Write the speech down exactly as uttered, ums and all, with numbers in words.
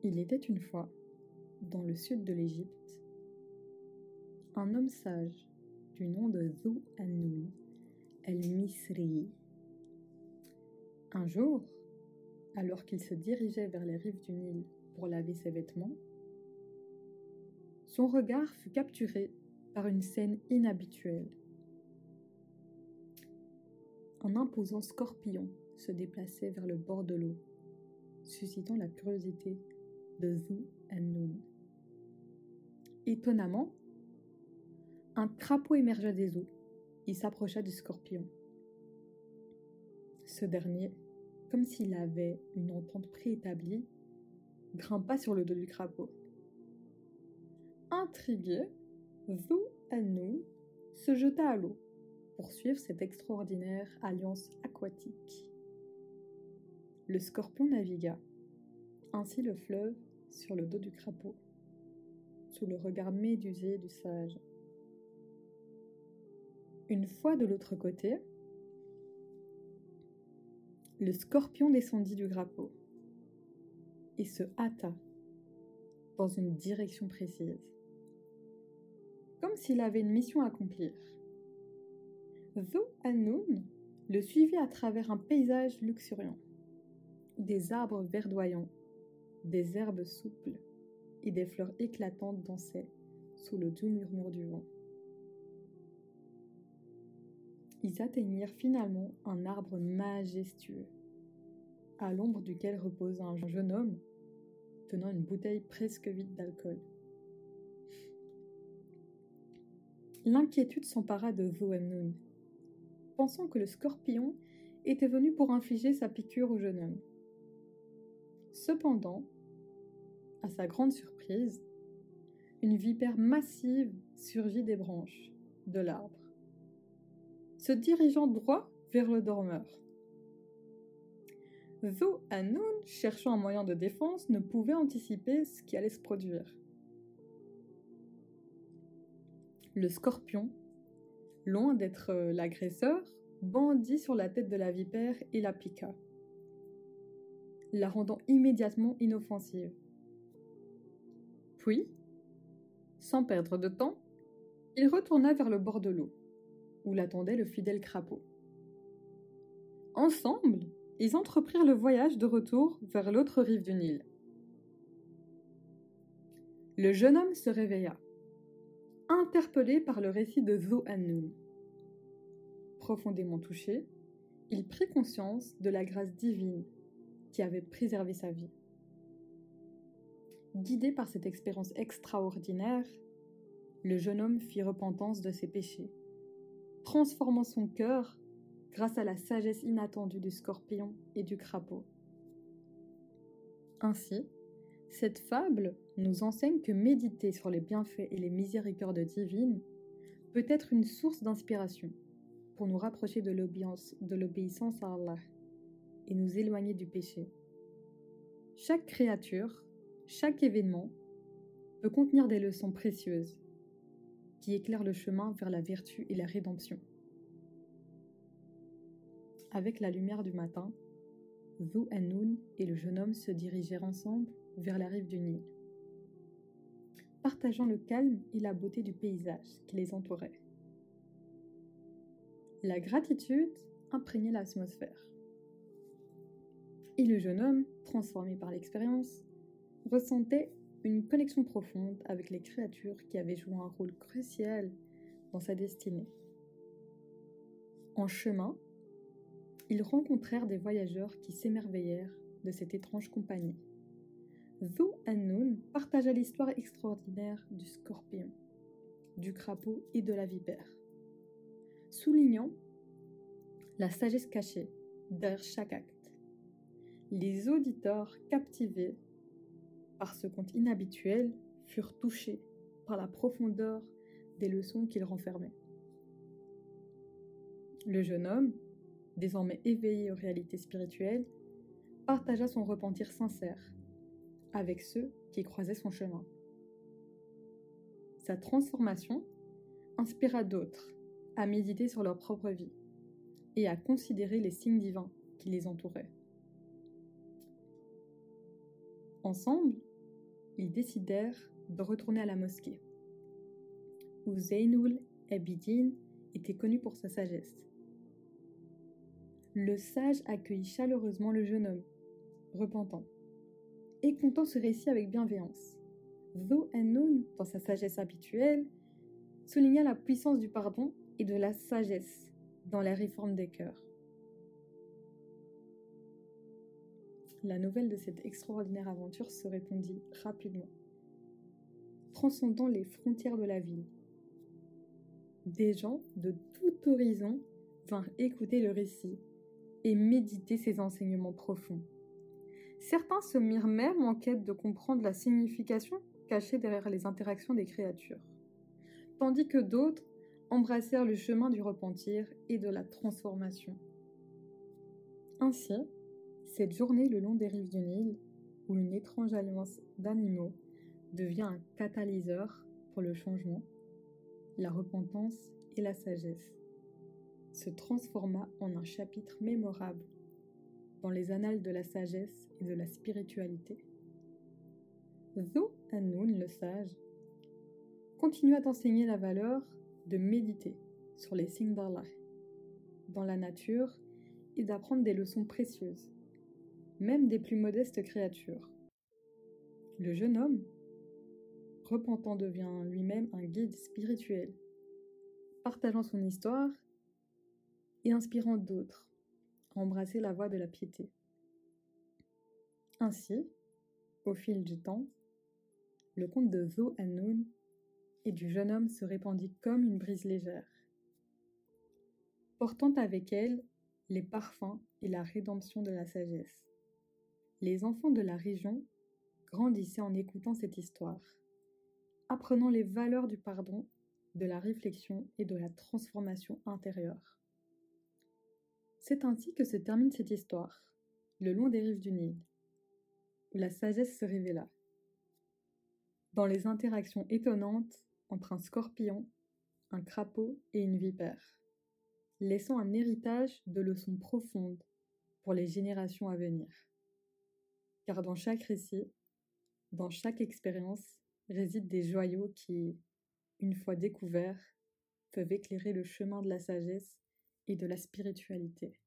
Il était une fois, dans le sud de l'Égypte, un homme sage du nom de Dhu An-Nun el-Misri. Un jour, alors qu'il se dirigeait vers les rives du Nil pour laver ses vêtements, son regard fut capturé par une scène inhabituelle. Un imposant scorpion se déplaçait vers le bord de l'eau, suscitant la curiosité de Dhu An-Nun. Étonnamment, un crapaud émergea des eaux et s'approcha du scorpion. Ce dernier, comme s'il avait une entente préétablie, grimpa sur le dos du crapaud. Intrigué, Dhu An-Nun se jeta à l'eau pour suivre cette extraordinaire alliance aquatique. Le scorpion navigua ainsi le fleuve sur le dos du crapaud, sous le regard médusé du sage. Une fois de l'autre côté, le scorpion descendit du crapaud et se hâta dans une direction précise, comme s'il avait une mission à accomplir. Dhu An-Nun le suivit à travers un paysage luxuriant, des arbres verdoyants, des herbes souples et des fleurs éclatantes dansaient sous le doux murmure du vent. Ils atteignirent finalement un arbre majestueux, à l'ombre duquel reposait un jeune homme tenant une bouteille presque vide d'alcool. L'inquiétude s'empara de Dhu An-Nun, pensant que le scorpion était venu pour infliger sa piqûre au jeune homme. Cependant, à sa grande surprise, une vipère massive surgit des branches de l'arbre, se dirigeant droit vers le dormeur. Dhu An-Nun, cherchant un moyen de défense, ne pouvait anticiper ce qui allait se produire. Le scorpion, loin d'être l'agresseur, bondit sur la tête de la vipère et la piqua, la rendant immédiatement inoffensive. Puis, sans perdre de temps, il retourna vers le bord de l'eau, où l'attendait le fidèle crapaud. Ensemble, ils entreprirent le voyage de retour vers l'autre rive du Nil. Le jeune homme se réveilla, interpellé par le récit de Dhu An-Nun. Profondément touché, il prit conscience de la grâce divine qui avait préservé sa vie. Guidé par cette expérience extraordinaire, le jeune homme fit repentance de ses péchés, transformant son cœur grâce à la sagesse inattendue du scorpion et du crapaud. Ainsi, cette fable nous enseigne que méditer sur les bienfaits et les miséricordes divines peut être une source d'inspiration pour nous rapprocher de l'obéissance, de l'obéissance à Allah et nous éloigner du péché. Chaque créature, chaque événement peut contenir des leçons précieuses qui éclairent le chemin vers la vertu et la rédemption. Avec la lumière du matin, Dhu An-Nun et le jeune homme se dirigèrent ensemble vers la rive du Nil, partageant le calme et la beauté du paysage qui les entourait. La gratitude imprégnait l'atmosphère. Et le jeune homme, transformé par l'expérience, ressentait une connexion profonde avec les créatures qui avaient joué un rôle crucial dans sa destinée. En chemin, ils rencontrèrent des voyageurs qui s'émerveillèrent de cette étrange compagnie. Dhu An-Nun partagea l'histoire extraordinaire du scorpion, du crapaud et de la vipère, soulignant la sagesse cachée derrière chaque acte. Les auditeurs, captivés par ce conte inhabituel, furent touchés par la profondeur des leçons qu'il renfermait. Le jeune homme, désormais éveillé aux réalités spirituelles, partagea son repentir sincère avec ceux qui croisaient son chemin. Sa transformation inspira d'autres à méditer sur leur propre vie et à considérer les signes divins qui les entouraient. Ensemble, ils décidèrent de retourner à la mosquée, où Zaynul Abidin était connu pour sa sagesse. Le sage accueillit chaleureusement le jeune homme, repentant, et contant ce récit avec bienveillance. Dhu an-Nun, dans sa sagesse habituelle, souligna la puissance du pardon et de la sagesse dans la réforme des cœurs. La nouvelle de cette extraordinaire aventure se répandit rapidement, transcendant les frontières de la ville. Des gens de tout horizon vinrent écouter le récit et méditer ses enseignements profonds. Certains se mirent même en quête de comprendre la signification cachée derrière les interactions des créatures, tandis que d'autres embrassèrent le chemin du repentir et de la transformation. Ainsi, cette journée le long des rives du Nil, où une étrange alliance d'animaux devient un catalyseur pour le changement, la repentance et la sagesse, se transforma en un chapitre mémorable dans les annales de la sagesse et de la spiritualité. Dhu an-Nun, le sage, continua d'enseigner la valeur de méditer sur les signes d'Allah dans la nature et d'apprendre des leçons précieuses, même des plus modestes créatures. Le jeune homme, repentant, devient lui-même un guide spirituel, partageant son histoire et inspirant d'autres à embrasser la voie de la piété. Ainsi, au fil du temps, le conte de Dhu an-Nun et du jeune homme se répandit comme une brise légère, portant avec elle les parfums et la rédemption de la sagesse. Les enfants de la région grandissaient en écoutant cette histoire, apprenant les valeurs du pardon, de la réflexion et de la transformation intérieure. C'est ainsi que se termine cette histoire, le long des rives du Nil, où la sagesse se révéla, dans les interactions étonnantes entre un scorpion, un crapaud et une vipère, laissant un héritage de leçons profondes pour les générations à venir. Car dans chaque récit, dans chaque expérience, résident des joyaux qui, une fois découverts, peuvent éclairer le chemin de la sagesse et de la spiritualité.